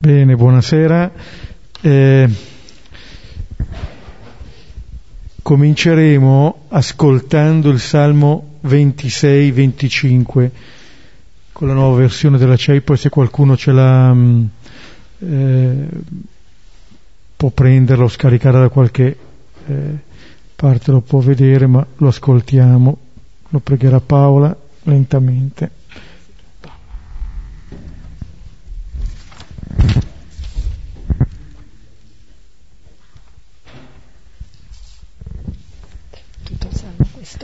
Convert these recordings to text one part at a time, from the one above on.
Bene, buonasera. Cominceremo ascoltando il Salmo 26-25 con la nuova versione della CEI, poi se qualcuno ce l'ha può prenderlo o scaricare da qualche parte, lo può vedere, ma lo ascoltiamo. Lo pregherà Paola lentamente. Tutto salvo questo?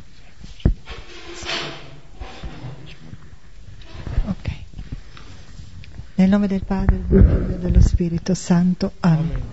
Ok. Nel nome del Padre, del Figlio e dello Spirito Santo. Amen.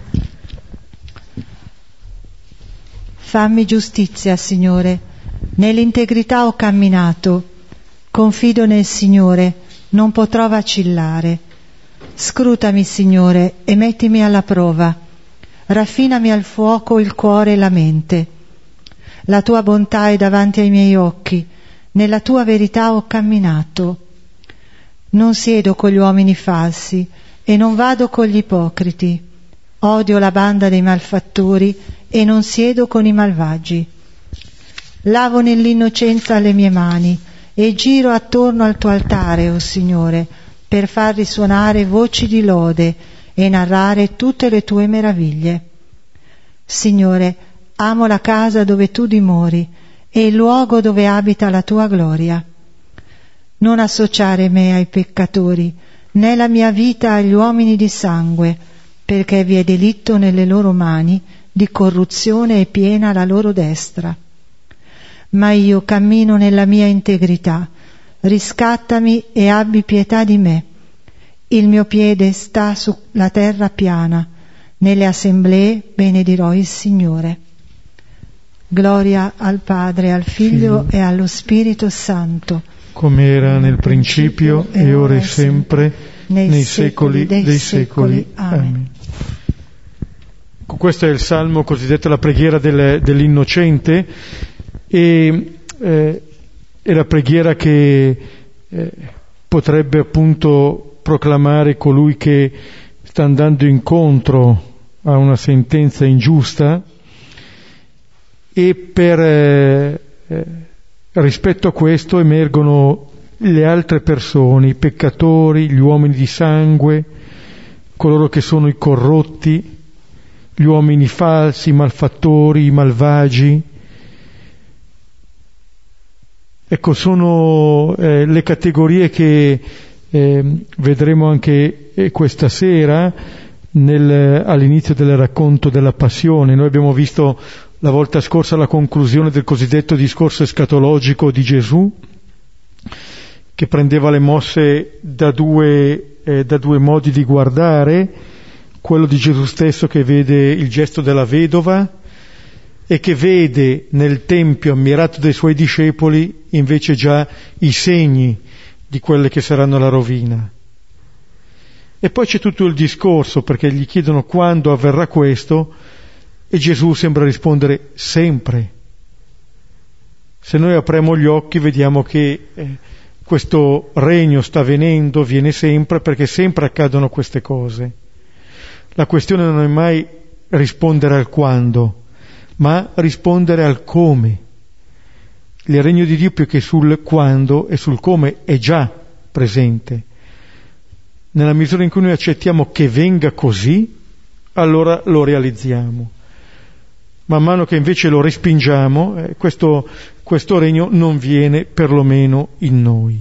Fammi giustizia, Signore. Nell'integrità ho camminato. Confido nel Signore, non potrò vacillare. Scrutami, Signore, e mettimi alla prova. Raffinami al fuoco il cuore e la mente. La tua bontà è davanti ai miei occhi, nella tua verità ho camminato. Non siedo con gli uomini falsi e non vado con gli ipocriti. Odio la banda dei malfattori e non siedo con i malvagi. Lavo nell'innocenza le mie mani e giro attorno al tuo altare, o Signore, per far risuonare voci di lode e narrare tutte le tue meraviglie. Signore, amo la casa dove tu dimori e il luogo dove abita la tua gloria. Non associare me ai peccatori, né la mia vita agli uomini di sangue, perché vi è delitto nelle loro mani, di corruzione è piena la loro destra. Ma io cammino nella mia integrità, riscattami e abbi pietà di me. Il mio piede sta sulla terra piana, nelle assemblee benedirò il Signore. Gloria al Padre, al Figlio e allo Spirito Santo, come era nel principio e ora e sempre, nei secoli dei secoli. Amen. Questo è il Salmo cosiddetto la preghiera dell'innocente, e è la preghiera che potrebbe appunto proclamare colui che sta andando incontro a una sentenza ingiusta, e per rispetto a questo emergono le altre persone, i peccatori, gli uomini di sangue, coloro che sono i corrotti, gli uomini falsi, i malfattori, i malvagi. Ecco, sono le categorie che vedremo anche questa sera all'inizio del racconto della Passione. Noi abbiamo visto la volta scorsa la conclusione del cosiddetto discorso escatologico di Gesù, che prendeva le mosse da due modi di guardare: quello di Gesù stesso che vede il gesto della vedova e che vede nel Tempio ammirato dai suoi discepoli invece già i segni di quelle che saranno la rovina. E poi c'è tutto il discorso, perché gli chiedono quando avverrà questo, e Gesù sembra rispondere sempre. Se noi apriamo gli occhi vediamo che questo regno sta venendo, viene sempre, perché sempre accadono queste cose. La questione non è mai rispondere al quando, ma rispondere al come. Il regno di Dio più che sul quando e sul come è già presente. Nella misura in cui noi accettiamo che venga così, allora lo realizziamo. Man mano che invece lo respingiamo, questo regno non viene perlomeno in noi.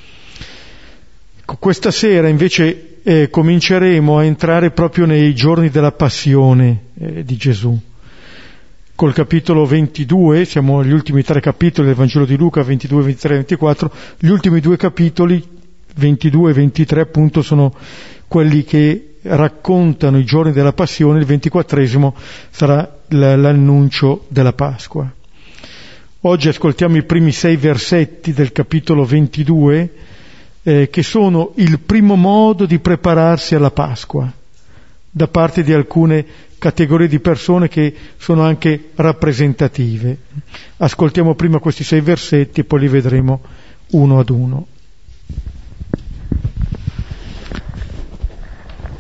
Questa sera invece cominceremo a entrare proprio nei giorni della Passione di Gesù. Col capitolo 22, siamo agli ultimi 3 capitoli del Vangelo di Luca, 22, 23 e 24, gli ultimi 2 capitoli, 22 e 23, appunto, sono quelli che raccontano i giorni della Passione. Il 24esimo sarà l'annuncio della Pasqua. Oggi ascoltiamo i primi 6 versetti del capitolo 22, che sono il primo modo di prepararsi alla Pasqua da parte di alcune categorie di persone che sono anche rappresentative. Ascoltiamo prima questi 6 versetti e poi li vedremo uno ad uno.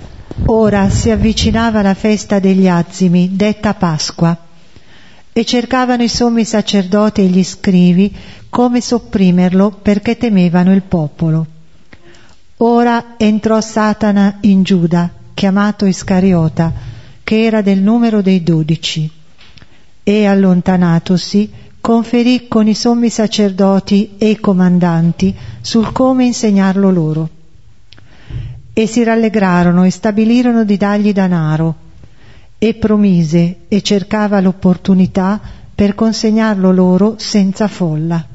Ora si avvicinava la festa degli azimi, detta Pasqua, e cercavano i sommi sacerdoti e gli scrivi come sopprimerlo perché temevano il popolo. Ora entrò Satana in Giuda, chiamato Iscariota, che era del numero dei 12, e allontanatosi conferì con i sommi sacerdoti e i comandanti sul come insegnarlo loro. E si rallegrarono e stabilirono di dargli danaro, e promise e cercava l'opportunità per consegnarlo loro senza folla.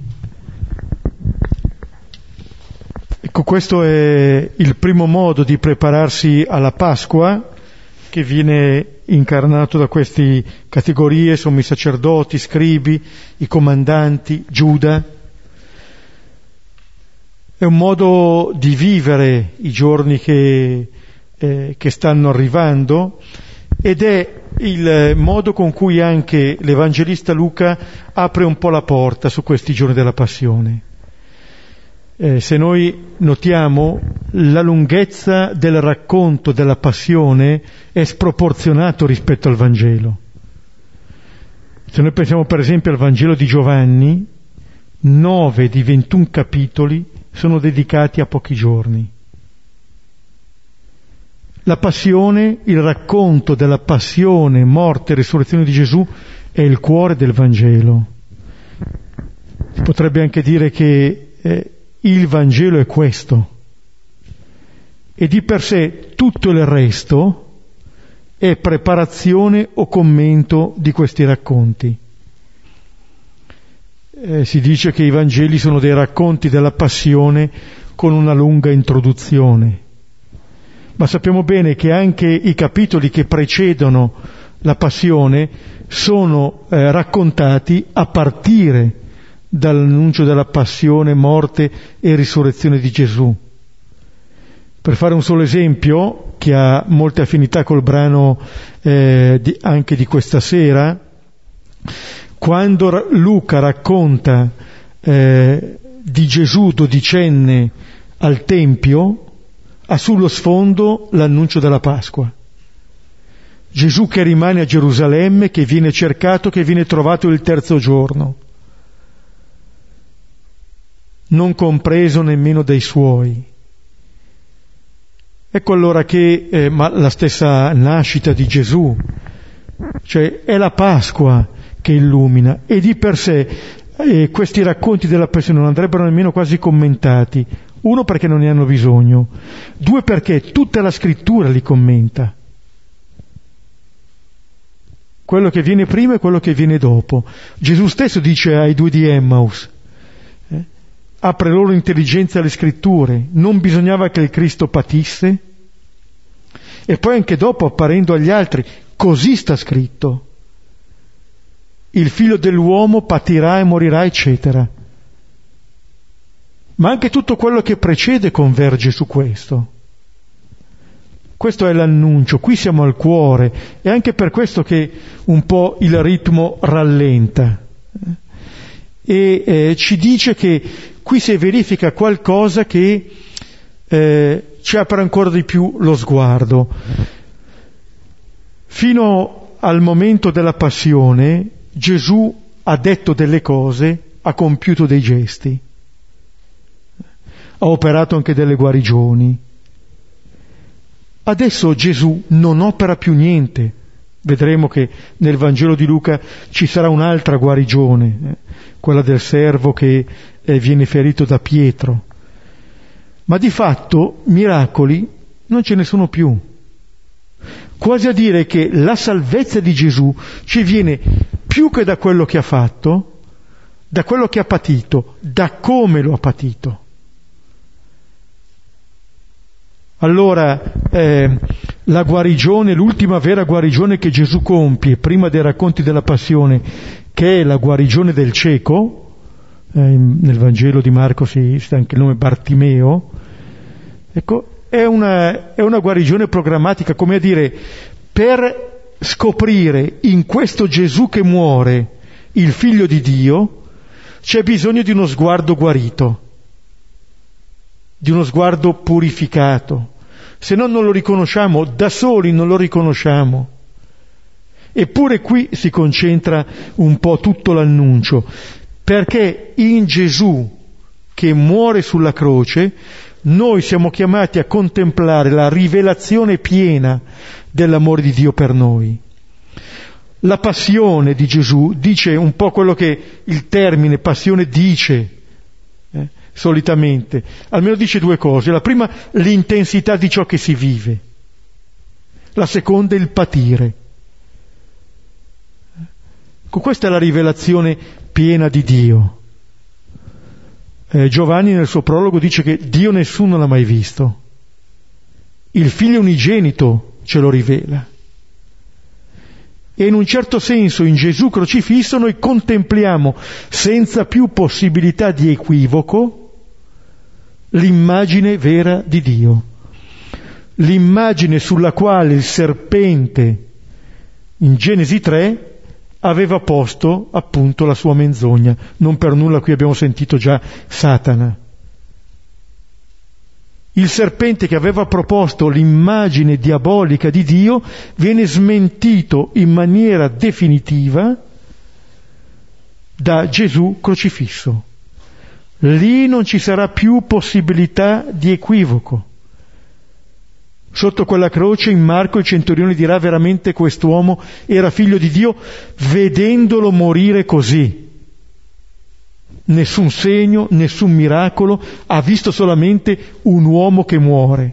Ecco, questo è il primo modo di prepararsi alla Pasqua, che viene incarnato da queste categorie: sommi sacerdoti, scribi, i comandanti, Giuda. È un modo di vivere i giorni che stanno arrivando, ed è il modo con cui anche l'Evangelista Luca apre un po' la porta su questi giorni della Passione. Se noi notiamo, la lunghezza del racconto della Passione è sproporzionato rispetto al Vangelo. Se noi pensiamo per esempio al Vangelo di Giovanni, 9 di 21 capitoli sono dedicati a pochi giorni. La Passione, il racconto della Passione, morte e risurrezione di Gesù è il cuore del Vangelo. Si potrebbe anche dire che il Vangelo è questo, e di per sé tutto il resto è preparazione o commento di questi racconti. Si dice che i Vangeli sono dei racconti della Passione con una lunga introduzione, ma sappiamo bene che anche i capitoli che precedono la Passione sono raccontati a partire dall'annuncio della Passione, morte e risurrezione di Gesù. Per fare un solo esempio, che ha molte affinità col brano anche di questa sera, quando Luca racconta di Gesù dodicenne al Tempio, ha sullo sfondo l'annuncio della Pasqua. Gesù che rimane a Gerusalemme, che viene cercato, che viene trovato il terzo giorno, non compreso nemmeno dai suoi. Ecco allora che ma la stessa nascita di Gesù, cioè è la Pasqua che illumina, e di per sé questi racconti della Passione non andrebbero nemmeno quasi commentati. Uno, perché non ne hanno bisogno; due, perché tutta la scrittura li commenta, quello che viene prima e quello che viene dopo. Gesù stesso dice ai 2 di Emmaus, apre loro intelligenza alle scritture: non bisognava che il Cristo patisse? E poi anche dopo, apparendo agli altri: così sta scritto, il figlio dell'uomo patirà e morirà, eccetera. Ma anche tutto quello che precede converge su questo. Questo è l'annuncio, qui siamo al cuore, è anche per questo che un po' il ritmo rallenta. E ci dice che qui si verifica qualcosa che ci apre ancora di più lo sguardo. Fino al momento della Passione Gesù ha detto delle cose, ha compiuto dei gesti, ha operato anche delle guarigioni. Adesso Gesù non opera più niente. Vedremo che nel Vangelo di Luca ci sarà un'altra guarigione, quella del servo che viene ferito da Pietro. Ma di fatto miracoli non ce ne sono più. Quasi a dire che la salvezza di Gesù ci viene più che da quello che ha fatto, da quello che ha patito, da come lo ha patito. Allora la guarigione, l'ultima vera guarigione che Gesù compie prima dei racconti della Passione, che è la guarigione del cieco, nel Vangelo di Marco si sta anche il nome Bartimeo, ecco, è una guarigione programmatica, come a dire, per scoprire in questo Gesù che muore, il Figlio di Dio, c'è bisogno di uno sguardo guarito, di uno sguardo purificato, se no non lo riconosciamo, da soli non lo riconosciamo. Eppure qui si concentra un po' tutto l'annuncio, perché in Gesù che muore sulla croce noi siamo chiamati a contemplare la rivelazione piena dell'amore di Dio per noi. La passione di Gesù dice un po' quello che il termine passione dice solitamente, almeno dice due cose. La prima, l'intensità di ciò che si vive, la seconda, il patire. Questa è la rivelazione piena di Dio. Giovanni nel suo prologo dice che Dio nessuno l'ha mai visto, il Figlio unigenito ce lo rivela, e in un certo senso in Gesù crocifisso noi contempliamo senza più possibilità di equivoco l'immagine vera di Dio, l'immagine sulla quale il serpente in Genesi 3 aveva posto appunto la sua menzogna. Non per nulla qui abbiamo sentito già Satana. Il serpente che aveva proposto l'immagine diabolica di Dio viene smentito in maniera definitiva da Gesù crocifisso. Lì non ci sarà più possibilità di equivoco. Sotto quella croce in Marco il centurione dirà veramente quest'uomo era figlio di Dio vedendolo morire così. Nessun segno, nessun miracolo, ha visto solamente un uomo che muore.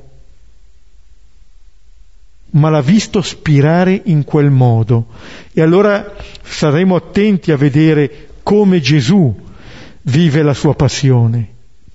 Ma l'ha visto spirare in quel modo. E allora saremo attenti a vedere come Gesù vive la sua passione.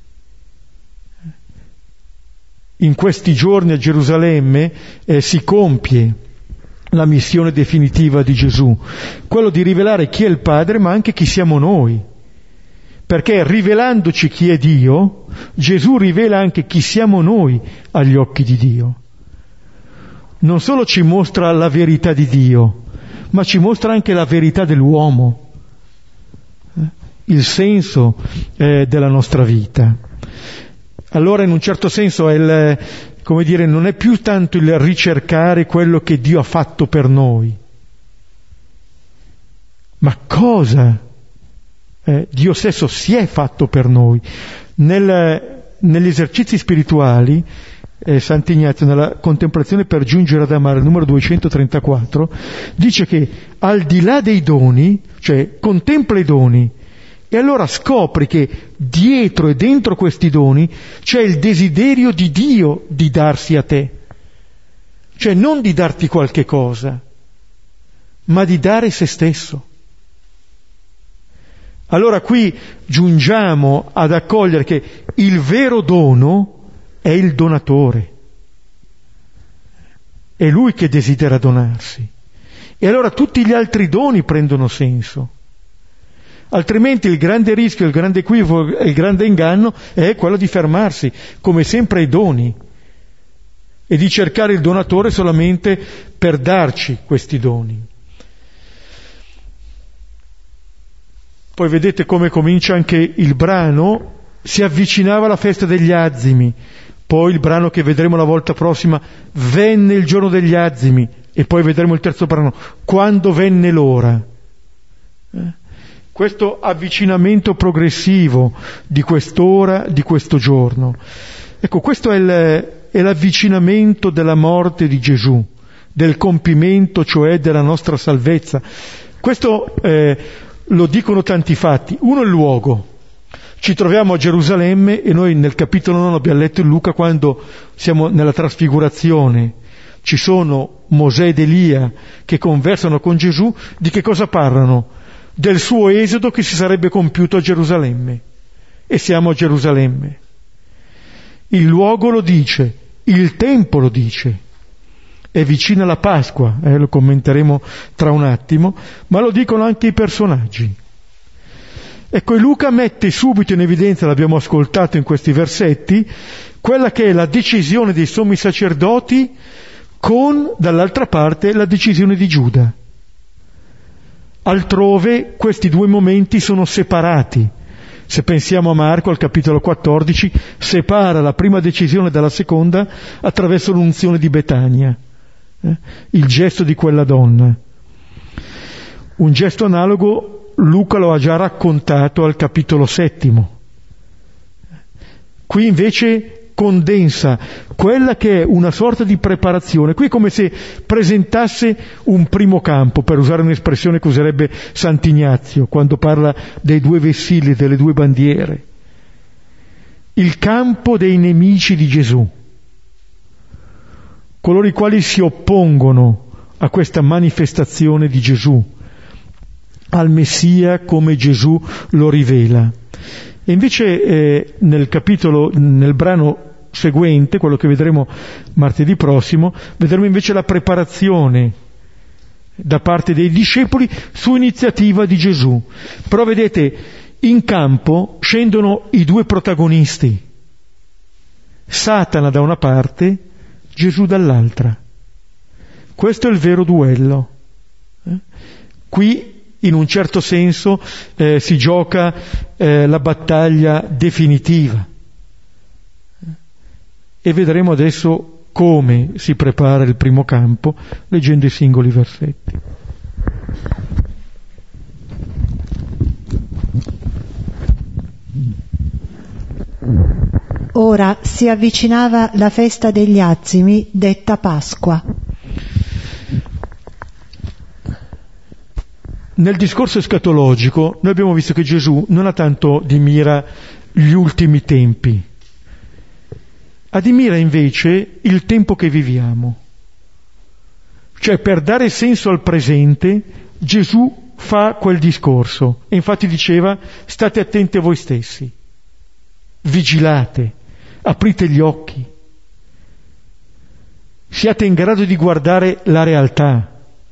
In questi giorni a Gerusalemme si compie la missione definitiva di Gesù, quello di rivelare chi è il Padre ma anche chi siamo noi, perché rivelandoci chi è Dio, Gesù rivela anche chi siamo noi agli occhi di Dio. Non solo ci mostra la verità di Dio, ma ci mostra anche la verità dell'uomo, il senso della nostra vita. Allora in un certo senso è non è più tanto il ricercare quello che Dio ha fatto per noi, ma cosa Dio stesso si è fatto per noi. Negli esercizi spirituali, Sant'Ignazio, nella contemplazione per giungere ad amare, numero 234, dice che al di là dei doni, cioè contempla i doni, e allora scopri che dietro e dentro questi doni c'è il desiderio di Dio di darsi a te. Cioè non di darti qualche cosa, ma di dare se stesso. Allora qui giungiamo ad accogliere che il vero dono è il donatore. È lui che desidera donarsi. E allora tutti gli altri doni prendono senso. Altrimenti il grande rischio, il grande equivoco e il grande inganno è quello di fermarsi, come sempre ai doni, e di cercare il donatore solamente per darci questi doni. Poi vedete come comincia anche il brano, si avvicinava la festa degli azimi, poi il brano che vedremo la volta prossima, venne il giorno degli azimi, e poi vedremo il terzo brano, quando venne l'ora. Questo avvicinamento progressivo di quest'ora, di questo giorno. Ecco, questo è l'avvicinamento della morte di Gesù, del compimento, cioè della nostra salvezza. Questo lo dicono tanti fatti. Uno è il luogo. Ci troviamo a Gerusalemme e noi nel capitolo 9 abbiamo letto in Luca quando siamo nella trasfigurazione. Ci sono Mosè ed Elia che conversano con Gesù. Di che cosa parlano? Del suo esodo che si sarebbe compiuto a Gerusalemme, e siamo a Gerusalemme. Il luogo lo dice, il tempo lo dice, è vicina la Pasqua, lo commenteremo tra un attimo, ma lo dicono anche i personaggi. Ecco, e Luca mette subito in evidenza, l'abbiamo ascoltato in questi versetti, quella che è la decisione dei sommi sacerdoti con, dall'altra parte, la decisione di Giuda. Altrove questi due momenti sono separati Se pensiamo a Marco, al capitolo 14, separa la prima decisione dalla seconda attraverso l'unzione di Betania, il gesto di quella donna. Un gesto analogo Luca lo ha già raccontato al capitolo 7. Qui invece condensa quella che è una sorta di preparazione. Qui è come se presentasse un primo campo, per usare un'espressione che userebbe Sant'Ignazio quando parla dei due vessilli, delle due bandiere. Il campo dei nemici di Gesù, coloro i quali si oppongono a questa manifestazione di Gesù, al Messia come Gesù lo rivela. E invece nel brano seguente, quello che vedremo martedì prossimo, vedremo invece la preparazione da parte dei discepoli su iniziativa di Gesù. Però vedete, in campo scendono i due protagonisti, Satana da una parte, Gesù dall'altra. Questo è il vero duello. Qui in un certo senso si gioca la battaglia definitiva. E vedremo adesso come si prepara il primo campo, leggendo i singoli versetti. Ora si avvicinava la festa degli azimi, detta Pasqua. Nel discorso escatologico noi abbiamo visto che Gesù non ha tanto di mira gli ultimi tempi, ha di mira invece il tempo che viviamo. Cioè, per dare senso al presente, Gesù fa quel discorso. E infatti diceva: state attenti a voi stessi, vigilate, aprite gli occhi, siate in grado di guardare la realtà.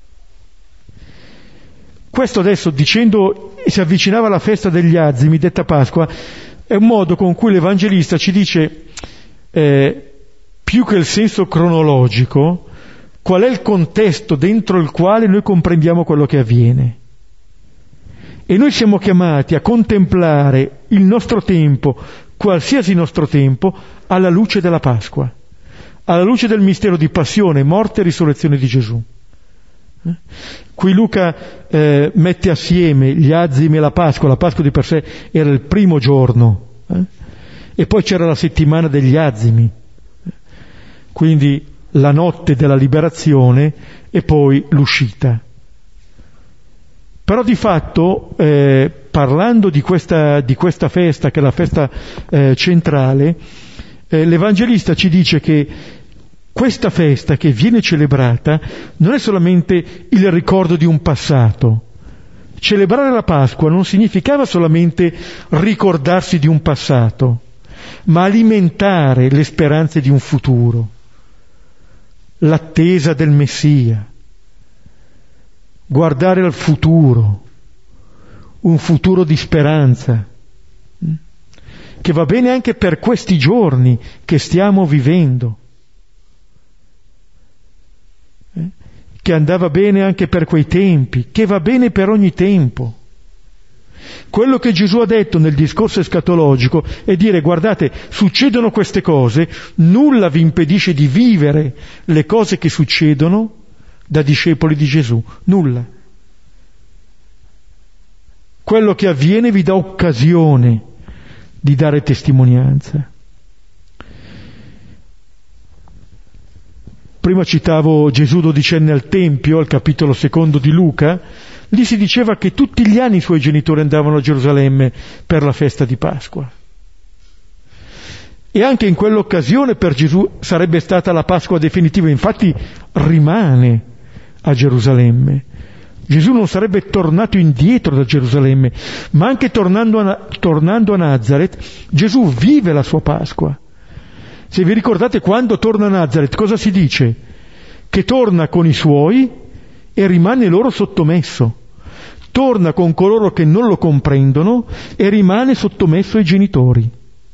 Questo adesso, dicendo si avvicinava la festa degli azimi, detta Pasqua, è un modo con cui l'Evangelista ci dice, più che il senso cronologico, qual è il contesto dentro il quale noi comprendiamo quello che avviene. E noi siamo chiamati a contemplare il nostro tempo, qualsiasi nostro tempo, alla luce della Pasqua, alla luce del mistero di passione, morte e risurrezione di Gesù. Qui Luca mette assieme gli azimi e la Pasqua di per sé era il primo giorno, e poi c'era la settimana degli azimi, quindi la notte della liberazione e poi l'uscita. Però di fatto, parlando di questa festa, che è la festa centrale, l'Evangelista ci dice che questa festa che viene celebrata non è solamente il ricordo di un passato. Celebrare la Pasqua non significava solamente ricordarsi di un passato, ma alimentare le speranze di un futuro, l'attesa del Messia, guardare al futuro, un futuro di speranza, che va bene anche per questi giorni che stiamo vivendo, che andava bene anche per quei tempi, che va bene per ogni tempo. Quello che Gesù ha detto nel discorso escatologico è dire: guardate, succedono queste cose, nulla vi impedisce di vivere le cose che succedono da discepoli di Gesù, nulla. Quello che avviene vi dà occasione di dare testimonianza. Prima citavo Gesù dodicenne al Tempio, al capitolo 2 di Luca. Lì si diceva che tutti gli anni i suoi genitori andavano a Gerusalemme per la festa di Pasqua. E anche in quell'occasione per Gesù sarebbe stata la Pasqua definitiva, infatti rimane a Gerusalemme. Gesù non sarebbe tornato indietro da Gerusalemme, ma anche tornando a Nazaret, Gesù vive la sua Pasqua. Se vi ricordate, quando torna a Nazaret, cosa si dice? Che torna con i suoi e rimane loro sottomesso. Torna con coloro che non lo comprendono e rimane sottomesso ai genitori.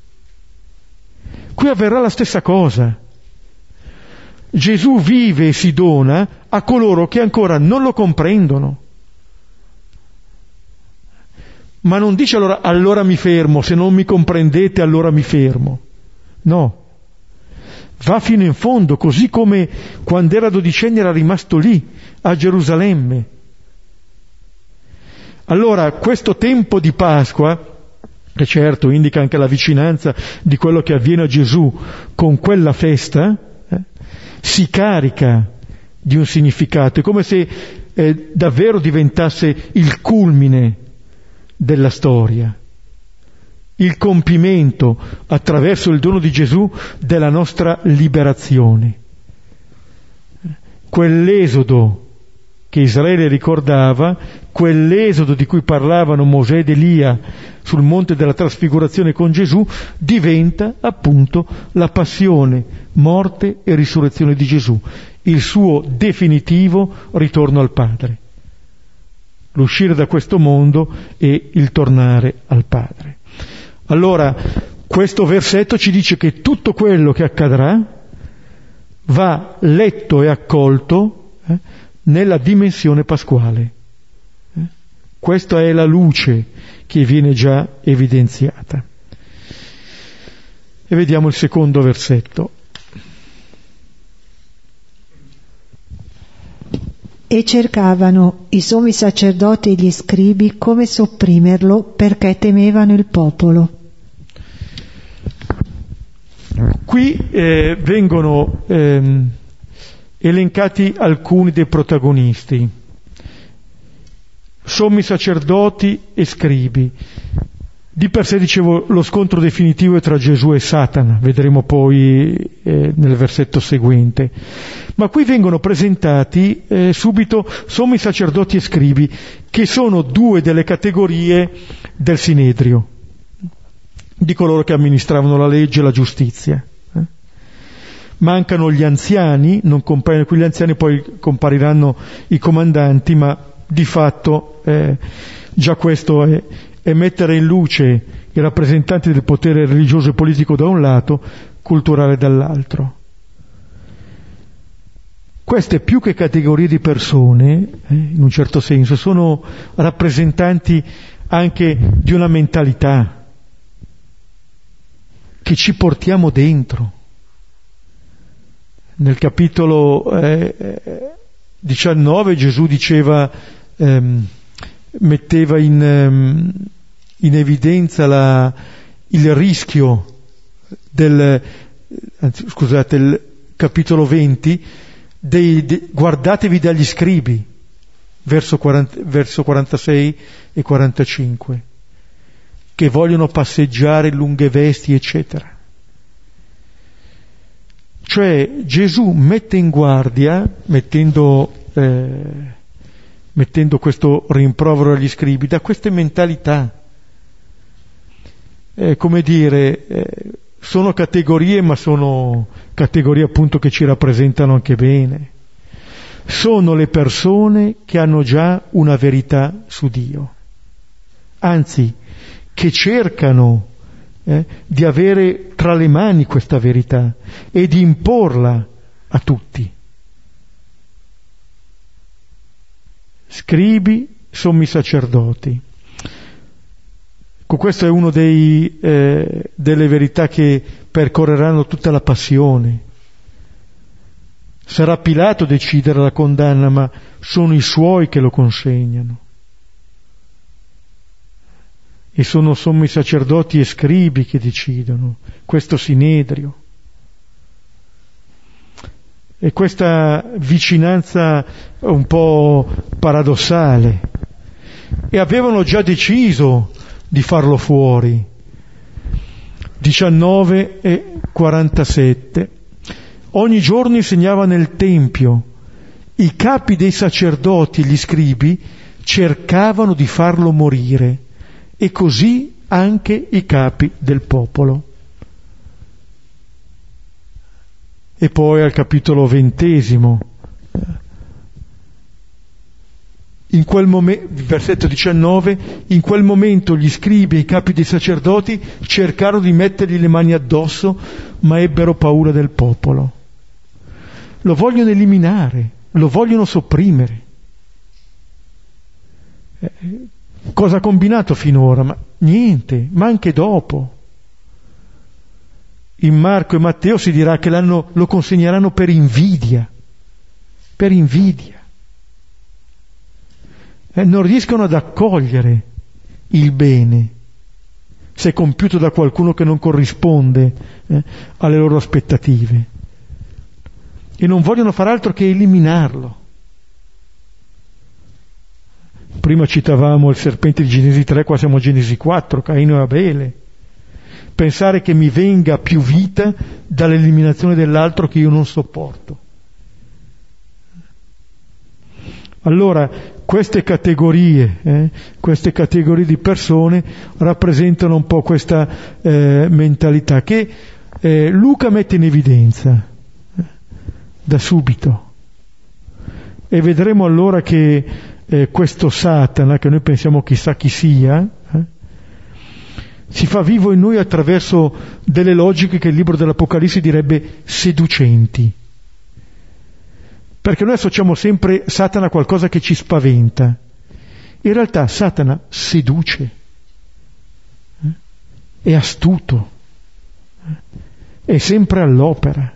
Qui avverrà la stessa cosa. Gesù vive e si dona a coloro che ancora non lo comprendono, ma non dice allora mi fermo, se non mi comprendete allora mi fermo. No, va fino in fondo, così come quando era dodicenne era rimasto lì, a Gerusalemme. Allora, questo tempo di Pasqua, che certo indica anche la vicinanza di quello che avviene a Gesù con quella festa, si carica di un significato, è come se davvero diventasse il culmine della storia, il compimento attraverso il dono di Gesù della nostra liberazione. Quell'esodo che Israele ricordava, quell'esodo di cui parlavano Mosè ed Elia sul monte della trasfigurazione con Gesù, diventa appunto la passione, morte e risurrezione di Gesù, il suo definitivo ritorno al Padre, l'uscire da questo mondo e il tornare al Padre. Allora, questo versetto ci dice che tutto quello che accadrà va letto e accolto nella dimensione pasquale. Questa è la luce che viene già evidenziata. E vediamo il secondo versetto. E cercavano i sommi sacerdoti e gli scribi come sopprimerlo, perché temevano il popolo. Qui vengono elencati alcuni dei protagonisti: sommi sacerdoti e scribi. Di per sé, dicevo, lo scontro definitivo è tra Gesù e Satana, vedremo poi nel versetto seguente. Ma qui vengono presentati subito sommi sacerdoti e scribi, che sono due delle categorie del Sinedrio, di coloro che amministravano la legge e la giustizia. Mancano gli anziani, non compaiono qui gli anziani, poi compariranno i comandanti, ma di fatto già questo è mettere in luce i rappresentanti del potere religioso e politico da un lato, culturale dall'altro. Queste, più che categorie di persone, in un certo senso, sono rappresentanti anche di una mentalità che ci portiamo dentro. Nel capitolo 19 Gesù diceva, metteva in evidenza il rischio il capitolo 20 guardatevi dagli scribi, verso 46 e 45, che vogliono passeggiare lunghe vesti, eccetera. Cioè Gesù mette in guardia, mettendo questo rimprovero agli scribi, da queste mentalità. Come dire, sono categorie, ma sono categorie appunto che ci rappresentano anche bene. Sono le persone che hanno già una verità su Dio, anzi, che cercano di avere tra le mani questa verità e di imporla a tutti. Scribi, sommi sacerdoti. Questo è uno delle verità che percorreranno tutta la passione. Sarà Pilato a decidere la condanna, ma sono i suoi che lo consegnano. E sono sommi sacerdoti e scribi che decidono, questo sinedrio. E questa vicinanza un po' paradossale. E avevano già deciso di farlo fuori. 19 e 47. Ogni giorno insegnava nel Tempio. I capi dei sacerdoti e gli scribi cercavano di farlo morire, e così anche i capi del popolo. E poi al capitolo 20, in quel momento, versetto 19, in quel momento gli scribi e i capi dei sacerdoti cercarono di mettergli le mani addosso, ma ebbero paura del popolo. Lo vogliono eliminare, lo vogliono sopprimere. Cosa ha combinato finora? Ma niente, ma anche dopo. In Marco e Matteo si dirà che lo consegneranno per invidia. Per invidia. Non riescono ad accogliere il bene se compiuto da qualcuno che non corrisponde alle loro aspettative, e non vogliono far altro che eliminarlo. Prima citavamo il serpente di Genesi 3, qua siamo a Genesi 4, Caino e Abele. Pensare che mi venga più vita dall'eliminazione dell'altro che io non sopporto. Allora, queste categorie di persone rappresentano un po' questa mentalità che Luca mette in evidenza da subito. E vedremo allora che questo Satana, che noi pensiamo chissà chi sia, si fa vivo in noi attraverso delle logiche che il libro dell'Apocalisse direbbe seducenti. Perché noi associamo sempre Satana a qualcosa che ci spaventa. In realtà Satana seduce, è astuto, è sempre all'opera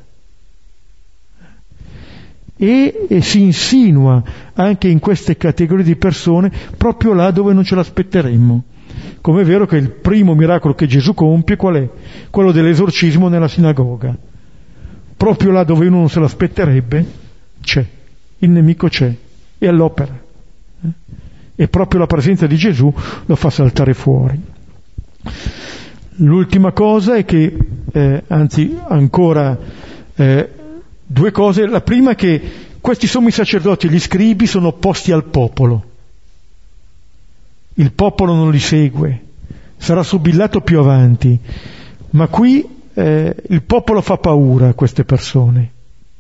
e si insinua anche in queste categorie di persone proprio là dove non ce l'aspetteremmo. Com'è vero che il primo miracolo che Gesù compie qual è? Quello dell'esorcismo nella sinagoga. Proprio là dove uno non se l'aspetterebbe c'è, il nemico c'è, è all'opera. E proprio la presenza di Gesù lo fa saltare fuori. L'ultima cosa è che, due cose. La prima è che questi sommi sacerdoti e gli scribi sono opposti al popolo. Il popolo non li segue, sarà subillato più avanti, ma qui il popolo fa paura a queste persone.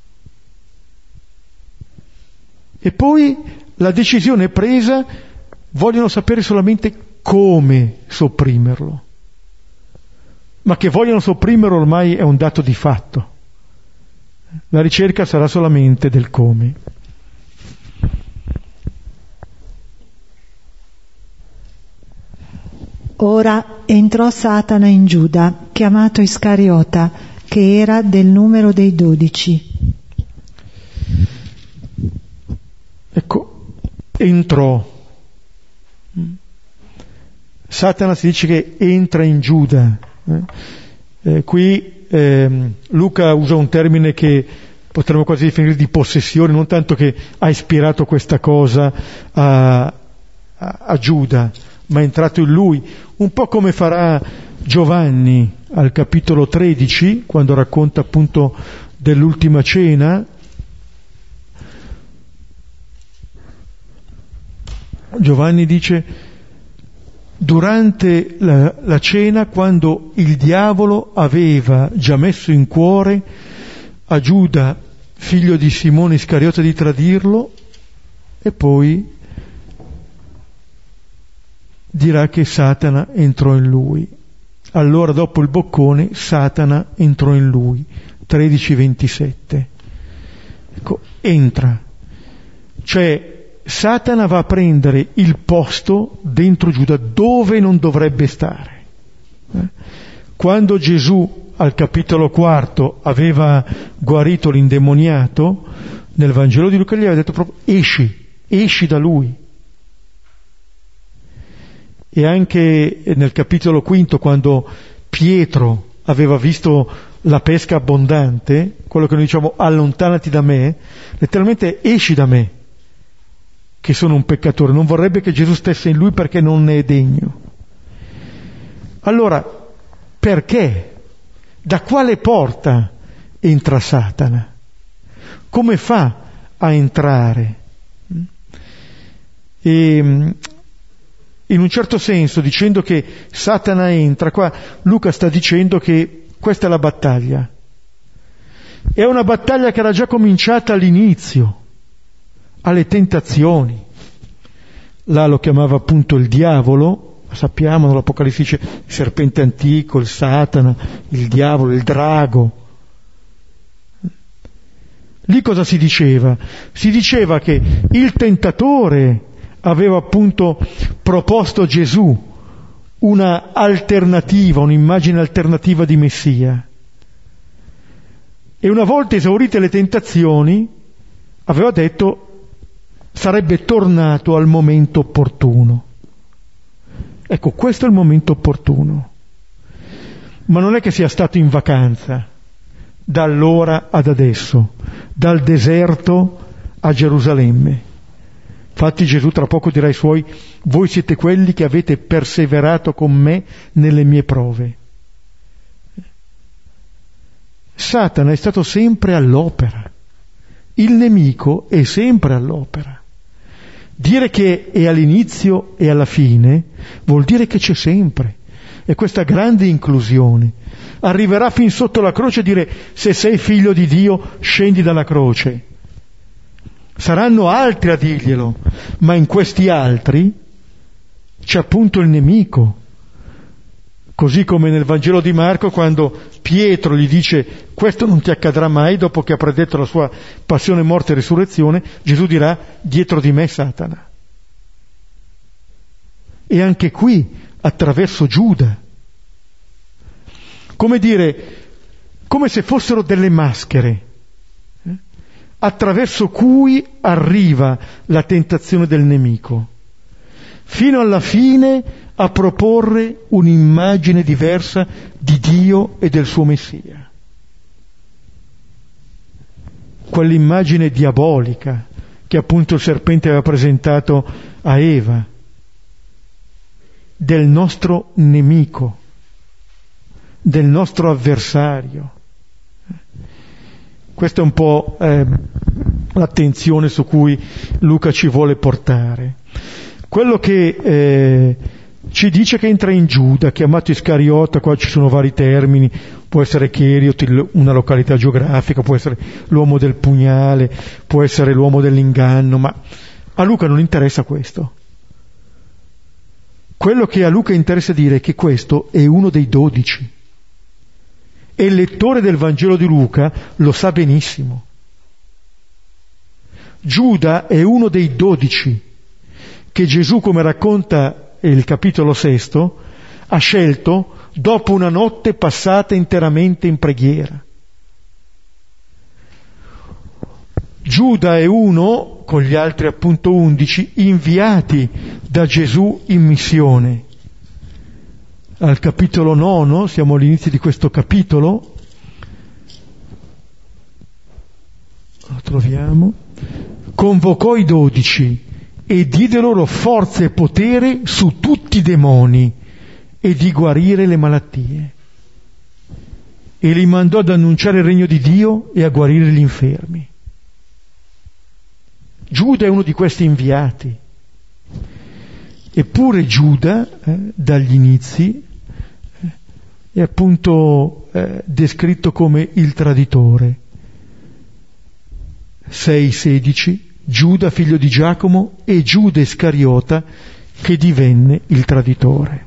E poi la decisione è presa, vogliono sapere solamente come sopprimerlo. Ma che vogliono sopprimerlo ormai è un dato di fatto. La ricerca sarà solamente del come. Ora entrò Satana in Giuda, chiamato Iscariota, che era del numero dei 12. Ecco, entrò. Satana si dice che entra in Giuda. Qui Luca usa un termine che potremmo quasi definire di possessione, non tanto che ha ispirato questa cosa a Giuda, ma è entrato in lui, un po' come farà Giovanni al capitolo 13, quando racconta appunto dell'ultima cena. Giovanni dice: durante la cena, quando il diavolo aveva già messo in cuore a Giuda, figlio di Simone Iscariota, di tradirlo, e poi dirà che Satana entrò in lui. Allora, dopo il boccone, Satana entrò in lui. 13:27. Ecco, entra. Cioè, Satana va a prendere il posto dentro Giuda dove non dovrebbe stare. Quando Gesù al capitolo 4 aveva guarito l'indemoniato, nel Vangelo di Luca gli aveva detto proprio: esci da lui. E anche nel capitolo 5, quando Pietro aveva visto la pesca abbondante, quello che noi diciamo allontanati da me, letteralmente esci da me, che sono un peccatore. Non vorrebbe che Gesù stesse in lui perché non ne è degno. Allora, perché? Da quale porta entra Satana? Come fa a entrare? E in un certo senso, dicendo che Satana entra, qua Luca sta dicendo che questa è la battaglia. È una battaglia che era già cominciata all'inizio, alle tentazioni. Là lo chiamava appunto il diavolo, sappiamo nell'Apocalisse dice il serpente antico, il Satana, il diavolo, il drago. Lì cosa si diceva? Si diceva che il tentatore aveva appunto proposto a Gesù una alternativa, un'immagine alternativa di Messia. E una volta esaurite le tentazioni, aveva detto sarebbe tornato al momento opportuno. Ecco, questo è il momento opportuno. Ma non è che sia stato in vacanza, da allora ad adesso, dal deserto a Gerusalemme. Infatti Gesù tra poco dirà ai suoi: voi siete quelli che avete perseverato con me nelle mie prove. Satana è stato sempre all'opera, il nemico è sempre all'opera. Dire che è all'inizio e alla fine vuol dire che c'è sempre. È questa grande inclusione. Arriverà fin sotto la croce a dire: se sei figlio di Dio, scendi dalla croce. Saranno altri a dirglielo, ma in questi altri c'è appunto il nemico. Così come nel Vangelo di Marco, quando Pietro gli dice: questo non ti accadrà mai, dopo che ha predetto la sua passione, morte e risurrezione, Gesù dirà: dietro di me Satana. E anche qui attraverso Giuda, come dire, come se fossero delle maschere attraverso cui arriva la tentazione del nemico, fino alla fine a proporre un'immagine diversa di Dio e del suo Messia. Quell'immagine diabolica che appunto il serpente aveva presentato a Eva, del nostro nemico, del nostro avversario. Questa è un po' l'attenzione su cui Luca ci vuole portare. Quello che ci dice che entra in Giuda, chiamato Iscariota, qua ci sono vari termini, può essere Cheriot, una località geografica, può essere l'uomo del pugnale, può essere l'uomo dell'inganno, ma a Luca non interessa questo. Quello che a Luca interessa dire è che questo è uno dei 12. E il lettore del Vangelo di Luca lo sa benissimo. Giuda è uno dei 12 che Gesù, come racconta il capitolo 6, ha scelto dopo una notte passata interamente in preghiera. Giuda è uno, con gli altri appunto 11, inviati da Gesù in missione. Al capitolo 9, siamo all'inizio di questo capitolo, lo troviamo, convocò i 12 e diede loro forza e potere su tutti i demoni e di guarire le malattie. E li mandò ad annunciare il regno di Dio e a guarire gli infermi. Giuda è uno di questi inviati. Eppure Giuda, dagli inizi, è appunto descritto come il traditore. 6:16, Giuda figlio di Giacomo e Giuda Iscariota che divenne il traditore.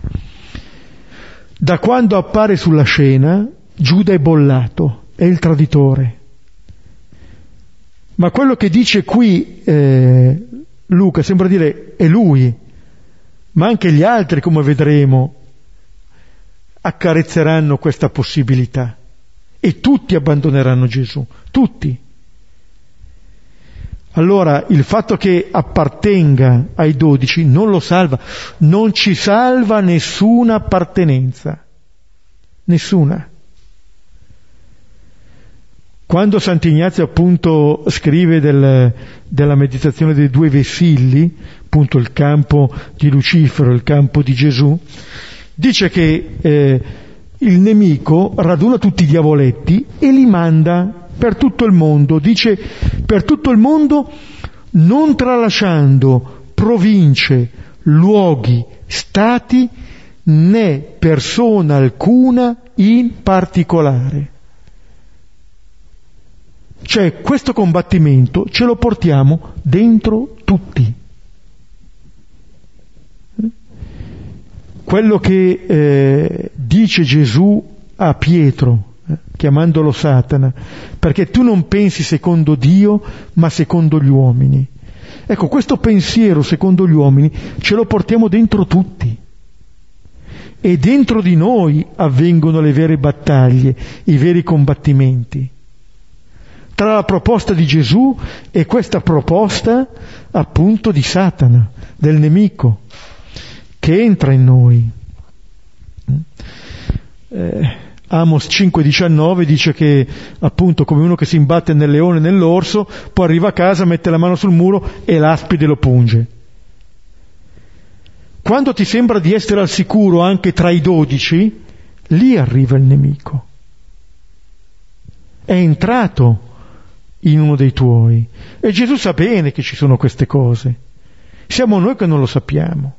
Da quando appare sulla scena, Giuda è bollato, è il traditore. Ma quello che dice qui Luca sembra dire è lui, ma anche gli altri, come vedremo, accarezzeranno questa possibilità e tutti abbandoneranno Gesù, tutti. Allora il fatto che appartenga ai 12 non lo salva, non ci salva nessuna appartenenza, nessuna. Quando Sant'Ignazio appunto scrive della meditazione dei 2 vessilli, appunto il campo di Lucifero e il campo di Gesù, dice che il nemico raduna tutti i diavoletti e li manda per tutto il mondo, dice per tutto il mondo, non tralasciando province, luoghi, stati, né persona alcuna in particolare. Cioè questo combattimento ce lo portiamo dentro tutti. Quello che dice Gesù a Pietro, chiamandolo Satana, perché tu non pensi secondo Dio ma secondo gli uomini. Ecco, questo pensiero, secondo gli uomini, ce lo portiamo dentro tutti. E dentro di noi avvengono le vere battaglie, i veri combattimenti. Tra la proposta di Gesù e questa proposta, appunto, di Satana, del nemico, che entra in noi. Amos 5,19 dice che, appunto, come uno che si imbatte nel leone e nell'orso, poi arriva a casa, mette la mano sul muro e l'aspide lo punge. Quando ti sembra di essere al sicuro anche tra i 12, lì arriva il nemico. È entrato in uno dei tuoi. E Gesù sa bene che ci sono queste cose. Siamo noi che non lo sappiamo.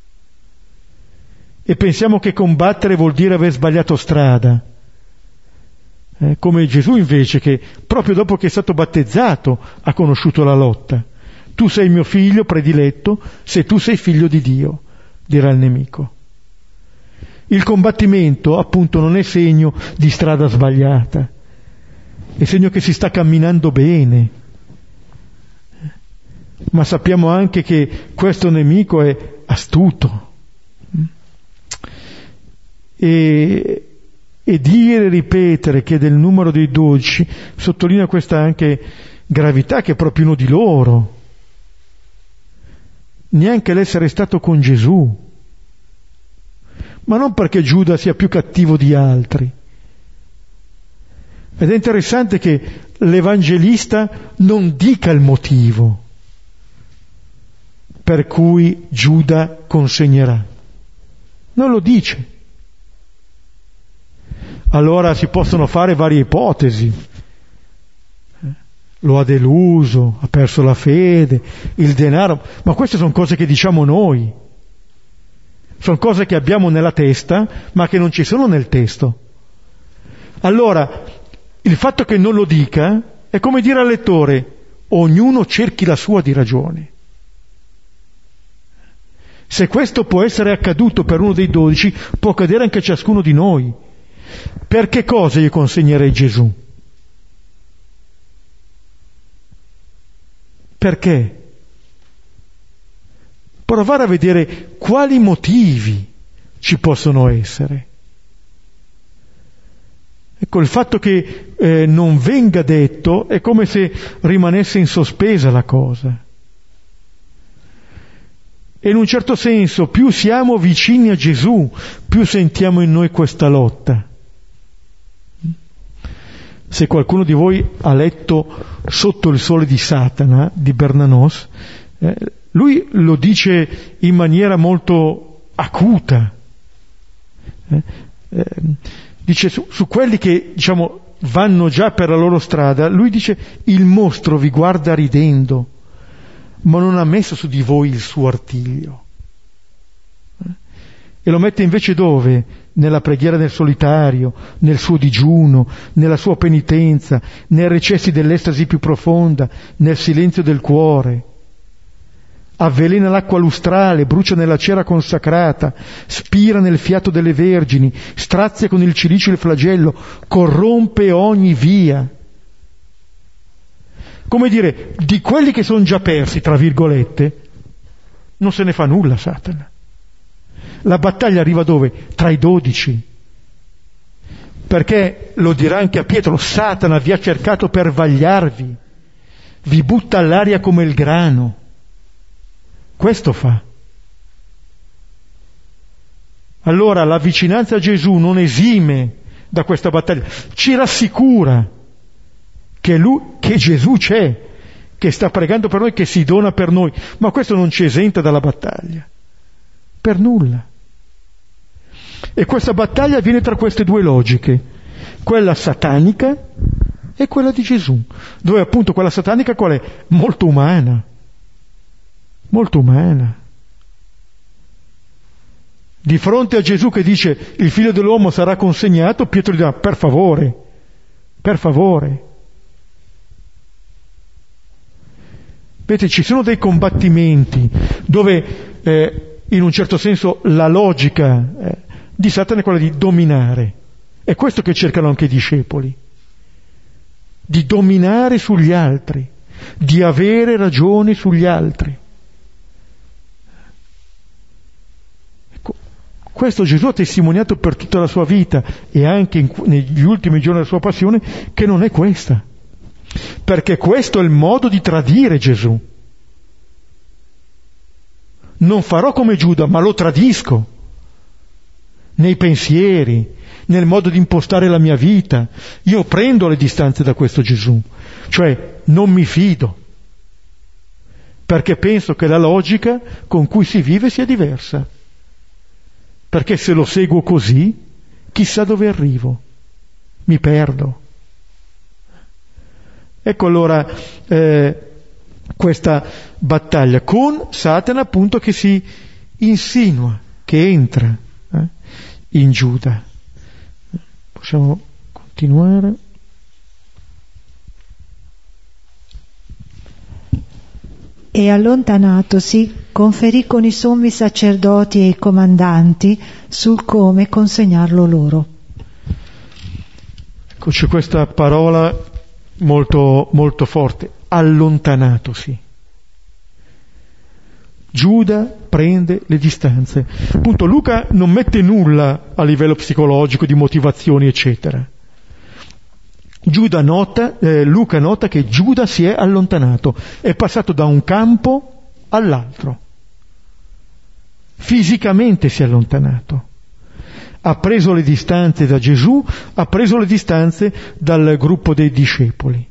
E pensiamo che combattere vuol dire aver sbagliato strada. Come Gesù invece, che proprio dopo che è stato battezzato ha conosciuto la lotta. Tu sei il mio figlio prediletto, se tu sei figlio di Dio, dirà il nemico. Il combattimento, appunto, non è segno di strada sbagliata, è segno che si sta camminando bene. Ma sappiamo anche che questo nemico è astuto. E dire, ripetere che del numero dei 12 sottolinea questa anche gravità, che è proprio uno di loro. Neanche l'essere stato con Gesù, ma non perché Giuda sia più cattivo di altri. Ed è interessante che l'Evangelista non dica il motivo per cui Giuda consegnerà, non lo dice. Allora si possono fare varie ipotesi. Lo ha deluso, ha perso la fede, il denaro, ma queste sono cose che diciamo noi. Sono cose che abbiamo nella testa, ma che non ci sono nel testo. Allora, il fatto che non lo dica è come dire al lettore: ognuno cerchi la sua di ragione. Se questo può essere accaduto per uno dei 12, può accadere anche a ciascuno di noi. Per che cosa io consegnerei Gesù? Perché? Provare a vedere quali motivi ci possono essere. Ecco, il fatto che non venga detto è come se rimanesse in sospesa la cosa. E in un certo senso, più siamo vicini a Gesù, più sentiamo in noi questa lotta. Se qualcuno di voi ha letto Sotto il sole di Satana, di Bernanos, lui lo dice in maniera molto acuta. Dice su quelli che, diciamo, vanno già per la loro strada, lui dice: il mostro vi guarda ridendo, ma non ha messo su di voi il suo artiglio. E lo mette invece dove? Nella preghiera nel solitario, nel suo digiuno, nella sua penitenza, nei recessi dell'estasi più profonda, nel silenzio del cuore. Avvelena l'acqua lustrale, brucia nella cera consacrata, spira nel fiato delle vergini, strazia con il cilicio il flagello, corrompe ogni via. Come dire, di quelli che sono già persi, tra virgolette, non se ne fa nulla Satana. La battaglia arriva dove? Tra i 12. Perché, lo dirà anche a Pietro, Satana vi ha cercato per vagliarvi, vi butta all'aria come il grano. Questo fa. Allora la vicinanza a Gesù non esime da questa battaglia, ci rassicura che Gesù c'è, che sta pregando per noi, che si dona per noi, ma questo non ci esenta dalla battaglia, per nulla. E questa battaglia avviene tra queste due logiche, quella satanica e quella di Gesù, dove appunto quella satanica qual è? Molto umana. Di fronte a Gesù che dice il figlio dell'uomo sarà consegnato, Pietro gli dirà: per favore. Vedete, ci sono dei combattimenti dove in un certo senso la logica di Satana è quella di dominare. È questo che cercano anche i discepoli, di dominare sugli altri, di avere ragione sugli altri. Ecco, questo Gesù ha testimoniato per tutta la sua vita e anche negli ultimi giorni della sua passione che non è questa, perché questo è il modo di tradire Gesù. Non farò come Giuda, ma lo tradisco nei pensieri, nel modo di impostare la mia vita. Io prendo le distanze da questo Gesù, cioè non mi fido, perché penso che la logica con cui si vive sia diversa, perché se lo seguo così, chissà dove arrivo, mi perdo. Ecco allora questa battaglia con Satana, appunto, che si insinua, che entra in Giuda. Possiamo continuare. E allontanatosi conferì con i sommi sacerdoti e i comandanti sul come consegnarlo loro. Ecco, c'è questa parola molto, molto forte, allontanatosi. Giuda prende le distanze. Appunto, Luca non mette nulla a livello psicologico, di motivazioni, eccetera. Luca nota che Giuda si è allontanato, è passato da un campo all'altro. Fisicamente si è allontanato. Ha preso le distanze da Gesù, ha preso le distanze dal gruppo dei discepoli.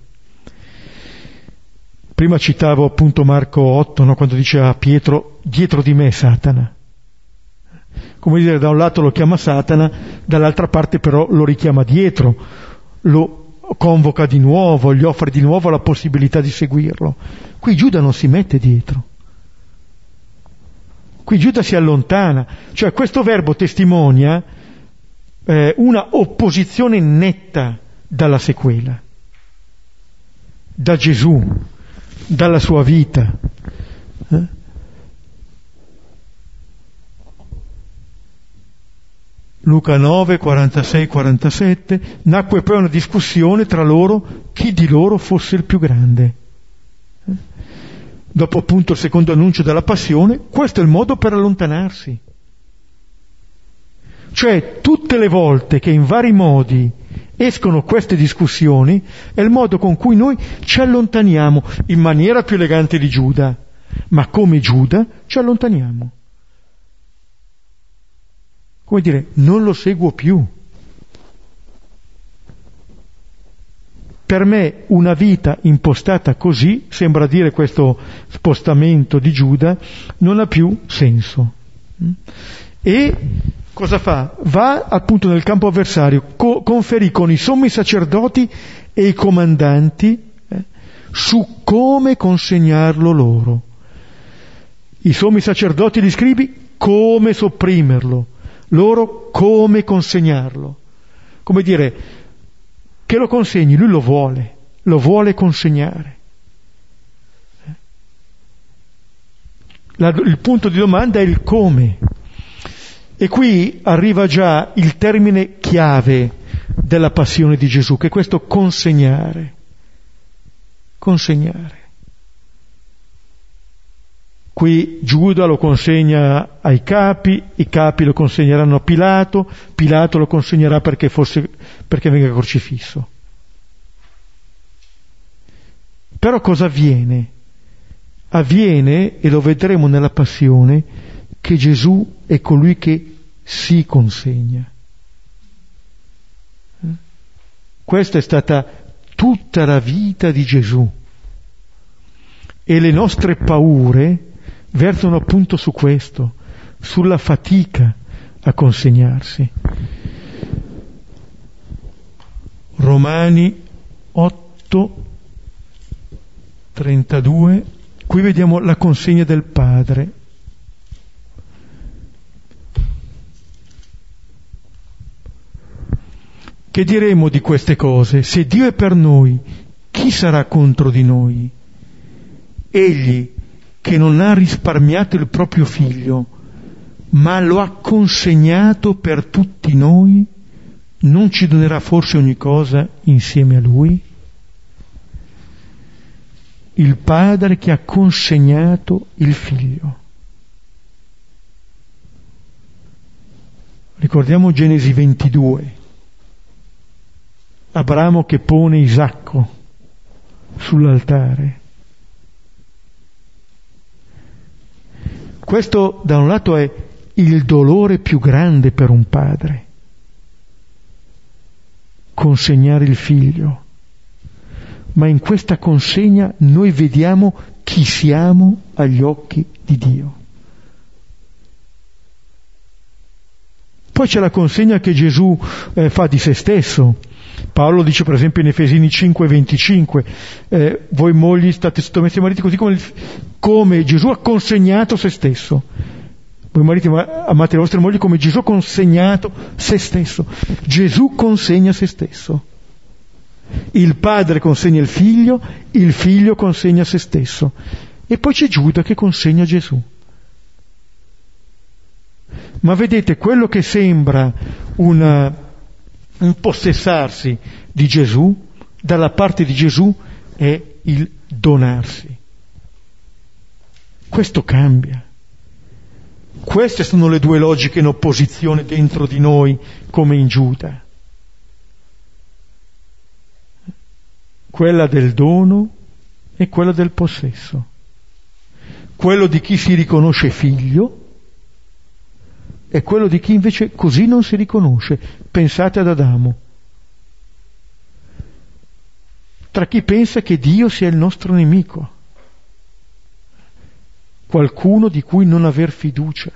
Prima citavo appunto Marco 8, no? Quando diceva a Pietro, dietro di me Satana. Come dire, da un lato lo chiama Satana, dall'altra parte però lo richiama dietro, lo convoca di nuovo, gli offre di nuovo la possibilità di seguirlo. Qui Giuda non si mette dietro. Qui Giuda si allontana. Cioè questo verbo testimonia una opposizione netta dalla sequela, da Gesù, dalla sua vita. Luca 9, 46, 47, nacque poi una discussione tra loro chi di loro fosse il più grande. Dopo appunto il secondo annuncio della passione, questo è il modo per allontanarsi. Cioè tutte le volte che in vari modi escono queste discussioni è il modo con cui noi ci allontaniamo in maniera più elegante di Giuda, ma come Giuda ci allontaniamo. Come dire, non lo seguo più. Per me una vita impostata così, sembra dire questo spostamento di Giuda, non ha più senso. E cosa fa? Va appunto nel campo avversario, conferì con i sommi sacerdoti e i comandanti su come consegnarlo loro. I sommi sacerdoti e gli scribi come sopprimerlo, loro come consegnarlo. Come dire, che lo consegni, lui lo vuole consegnare. Il punto di domanda è il come. E qui arriva già il termine chiave della passione di Gesù, che è questo consegnare. Consegnare. Qui Giuda lo consegna ai capi, i capi lo consegneranno a Pilato, Pilato lo consegnerà perché venga crocifisso. Però cosa avviene? Avviene, e lo vedremo nella passione, che Gesù è colui che si consegna. Questa è stata tutta la vita di Gesù. E le nostre paure versano appunto su questo, sulla fatica a consegnarsi. Romani 8, 32, qui vediamo la consegna del Padre. Che diremo di queste cose? Se Dio è per noi, chi sarà contro di noi? Egli che non ha risparmiato il proprio figlio, ma lo ha consegnato per tutti noi, non ci donerà forse ogni cosa insieme a lui? il Padre che ha consegnato il Figlio. Ricordiamo Genesi 22, Abramo che pone Isacco sull'altare. Questo da un lato è il dolore più grande per un padre, consegnare il figlio, ma in questa consegna noi vediamo chi siamo agli occhi di Dio. Poi c'è la consegna che Gesù fa di se stesso. Paolo dice per esempio in Efesini 5:25, voi mogli state sottomessi ai mariti così come Gesù ha consegnato se stesso. Voi mariti amate le vostre mogli come Gesù ha consegnato se stesso. Gesù consegna se stesso. Il padre consegna il figlio consegna se stesso. E poi c'è Giuda che consegna Gesù. Ma vedete, quello che sembra un possessarsi di Gesù, dalla parte di Gesù è il donarsi. Questo cambia. Queste sono le due logiche in opposizione dentro di noi, come in Giuda. Quella del dono e quella del possesso. Quello di chi si riconosce figlio e quello di chi invece così non si riconosce. Pensate ad Adamo. Tra chi pensa che Dio sia il nostro nemico, qualcuno di cui non aver fiducia.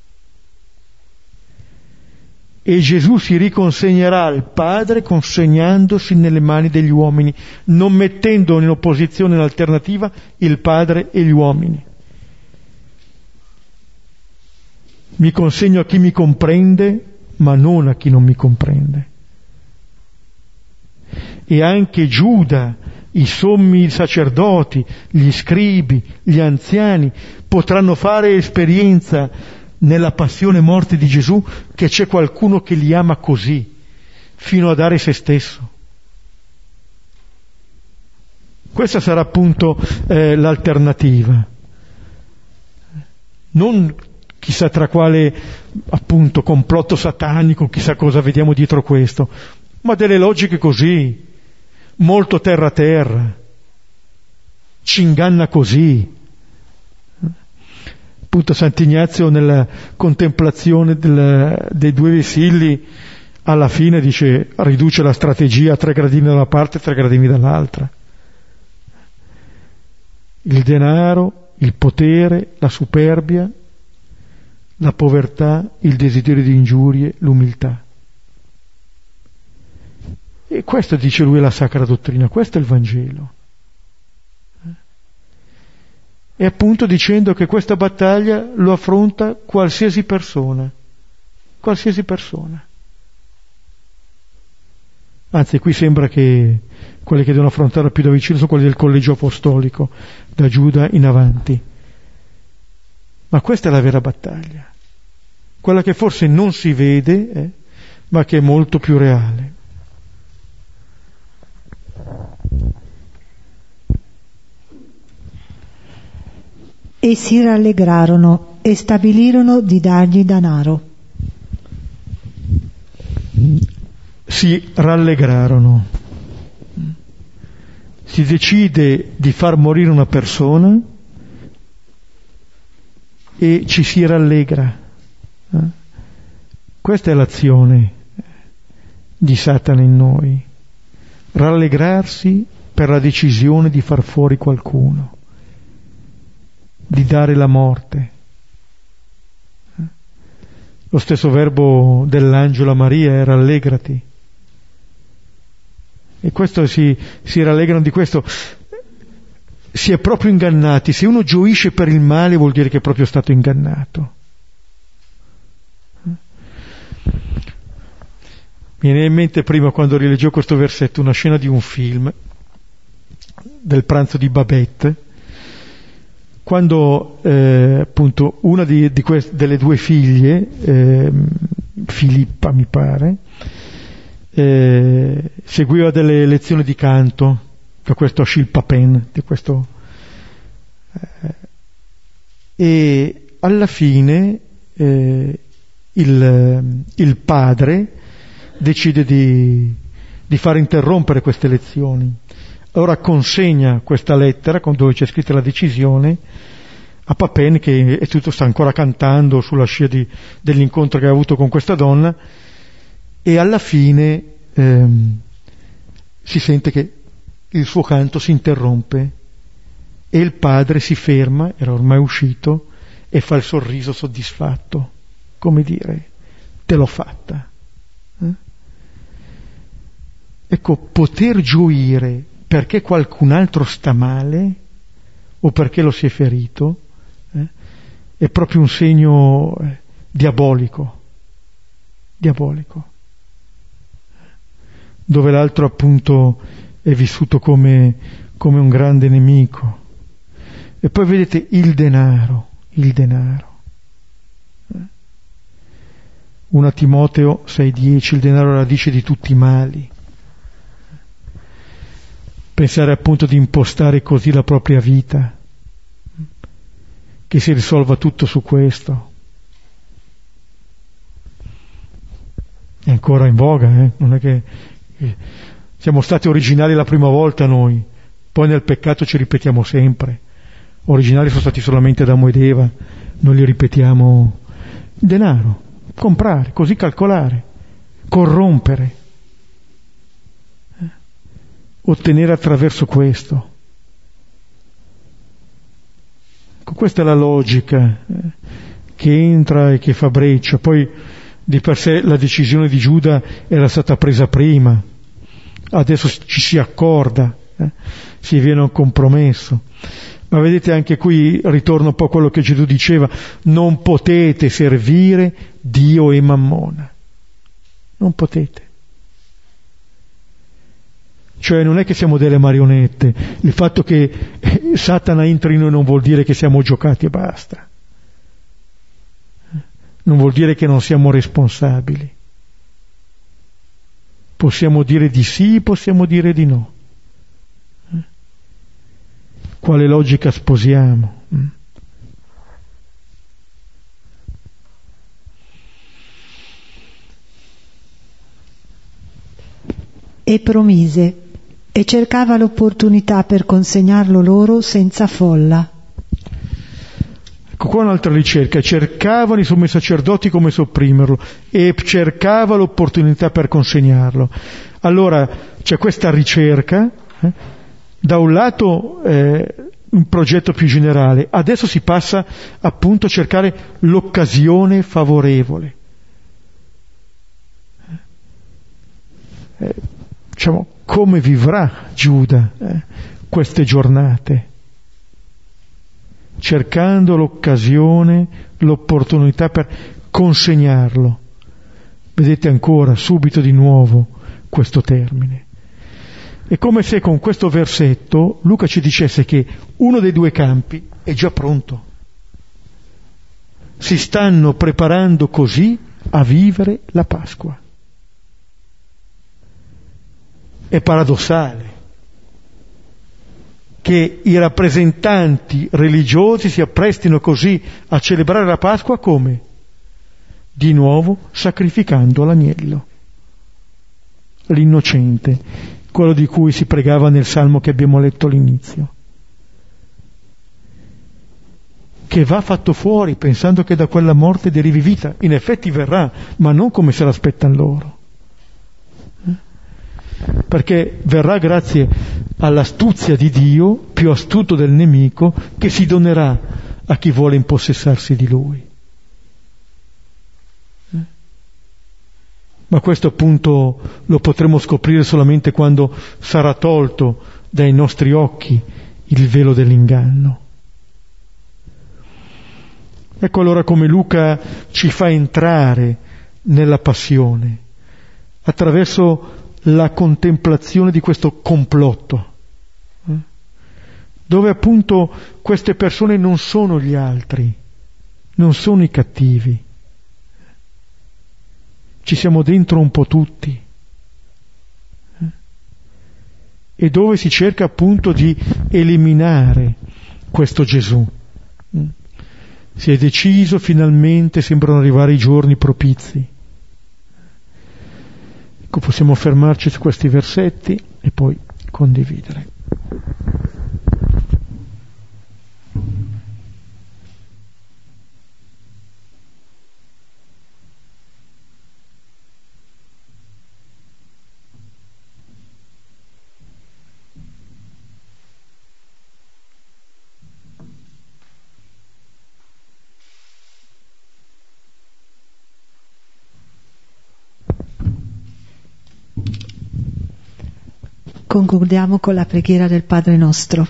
E Gesù si riconsegnerà al Padre consegnandosi nelle mani degli uomini, non mettendo in opposizione, in alternativa, il Padre e gli uomini. Mi consegno a chi mi comprende, ma non a chi non mi comprende. E anche Giuda, i sommi sacerdoti, gli scribi, gli anziani potranno fare esperienza nella passione e morte di Gesù che c'è qualcuno che li ama così, fino a dare se stesso. Questa sarà appunto l'alternativa. Non chissà tra quale appunto complotto satanico, chissà cosa vediamo dietro questo, ma delle logiche così, molto terra terra, ci inganna così. Appunto Sant'Ignazio nella contemplazione dei due vessilli alla fine dice, riduce la strategia a 3 gradini da una parte e 3 gradini dall'altra. Il denaro, il potere, la superbia, la povertà, il desiderio di ingiurie, l'umiltà. E questo, dice lui, è la sacra dottrina, questo è il Vangelo. E appunto dicendo che questa battaglia lo affronta qualsiasi persona. Anzi, qui sembra che quelli che devono affrontare più da vicino sono quelli del collegio apostolico, da Giuda in avanti. Ma questa è la vera battaglia, quella che forse non si vede, ma che è molto più reale. E si rallegrarono e stabilirono di dargli denaro. Si rallegrarono. Si decide di far morire una persona e ci si rallegra. Questa è l'azione di Satana in noi. Rallegrarsi per la decisione di far fuori qualcuno, di dare la morte. Lo stesso verbo dell'angelo a Maria è rallegrati. E questo si rallegrano di questo. Si è proprio ingannati. Se uno gioisce per il male vuol dire che è proprio stato ingannato. Mi viene in mente prima, quando rileggevo questo versetto, una scena di un film del pranzo di Babette, quando appunto una delle due figlie, Filippa mi pare, seguiva delle lezioni di canto da questo Achille Papin, di questo E alla fine il padre decide di far interrompere queste lezioni. Allora consegna questa lettera dove c'è scritta la decisione a Papen, che sta ancora cantando sulla scia dell'incontro che ha avuto con questa donna, e alla fine si sente che il suo canto si interrompe e il padre si ferma, era ormai uscito, e fa il sorriso soddisfatto, come dire: te l'ho fatta. Ecco, poter gioire perché qualcun altro sta male o perché lo si è ferito è proprio un segno diabolico, dove l'altro appunto è vissuto come un grande nemico. E poi vedete il denaro. 1 Timoteo 6,10, il denaro è la radice di tutti i mali. Pensare appunto di impostare così la propria vita, che si risolva tutto su questo, è ancora in voga, non è che siamo stati originali la prima volta noi, poi nel peccato ci ripetiamo sempre. Originali sono stati solamente Adamo ed Eva, noi li ripetiamo. Denaro, comprare, così calcolare, corrompere, ottenere attraverso questo. Questa è la logica che entra e che fa breccia. Poi di per sé la decisione di Giuda era stata presa prima, adesso ci si accorda, si viene a un compromesso. Ma vedete, anche qui ritorna un po' a quello che Gesù diceva: non potete servire Dio e Mammona, non potete. Cioè non è che siamo delle marionette, il fatto che Satana entri in noi non vuol dire che siamo giocati e basta, non vuol dire che non siamo responsabili. Possiamo dire di sì, possiamo dire di no. Quale logica sposiamo? E promise, e cercava l'opportunità per consegnarlo loro senza folla. Ecco qua un'altra ricerca: cercavano i sommi sacerdoti come sopprimerlo, e cercava l'opportunità per consegnarlo. Allora c'è questa ricerca, da un lato un progetto più generale, adesso si passa appunto a cercare l'occasione favorevole. Diciamo, come vivrà Giuda queste giornate? Cercando l'occasione, l'opportunità per consegnarlo. Vedete ancora, subito di nuovo, questo termine. È come se con questo versetto Luca ci dicesse che uno dei due campi è già pronto. Si stanno preparando così a vivere la Pasqua. È paradossale che i rappresentanti religiosi si apprestino così a celebrare la Pasqua come? Di nuovo sacrificando l'agnello, l'innocente, quello di cui si pregava nel Salmo che abbiamo letto all'inizio, che va fatto fuori pensando che da quella morte derivi vita. In effetti verrà, ma non come se l'aspettano loro, perché verrà grazie all'astuzia di Dio, più astuto del nemico, che si donerà a chi vuole impossessarsi di lui. Ma questo appunto lo potremo scoprire solamente quando sarà tolto dai nostri occhi il velo dell'inganno. Ecco allora come Luca ci fa entrare nella passione attraverso la contemplazione di questo complotto, dove appunto queste persone non sono gli altri, non sono i cattivi, ci siamo dentro un po' tutti, e dove si cerca appunto di eliminare questo Gesù. Si è deciso finalmente, sembrano arrivare i giorni propizi. Ecco, possiamo fermarci su questi versetti e poi condividere. Concludiamo con la preghiera del Padre nostro.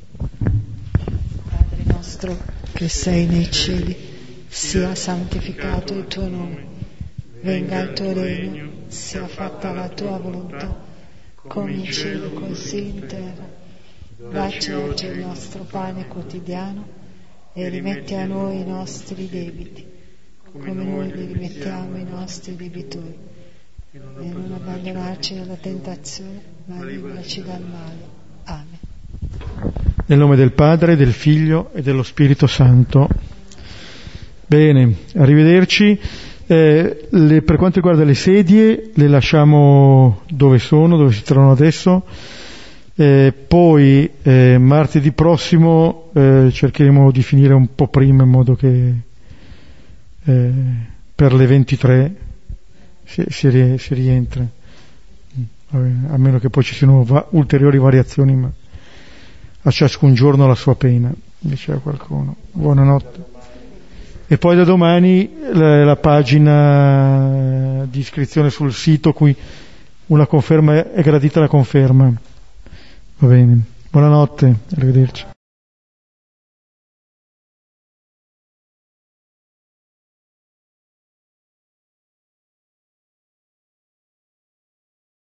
Padre nostro che sei nei cieli, sia santificato il tuo nome, venga il tuo regno, sia fatta la tua volontà, come in cielo così in terra. Dacci oggi il nostro pane quotidiano e rimetti a noi i nostri debiti, come noi li rimettiamo ai nostri debitori. E non abbandonarci nella tentazione, ma liberaci dal male. Amen. Nel nome del Padre, del Figlio e dello Spirito Santo. Bene, arrivederci. Per quanto riguarda le sedie, le lasciamo dove sono, dove si trovano adesso. Poi martedì prossimo cercheremo di finire un po' prima, in modo che per le 23 si rientra, a meno che poi ci siano ulteriori variazioni, ma a ciascun giorno la sua pena, diceva qualcuno. Buonanotte. E poi da domani la pagina di iscrizione sul sito, cui una conferma è gradita, la conferma. Va bene, buonanotte, arrivederci.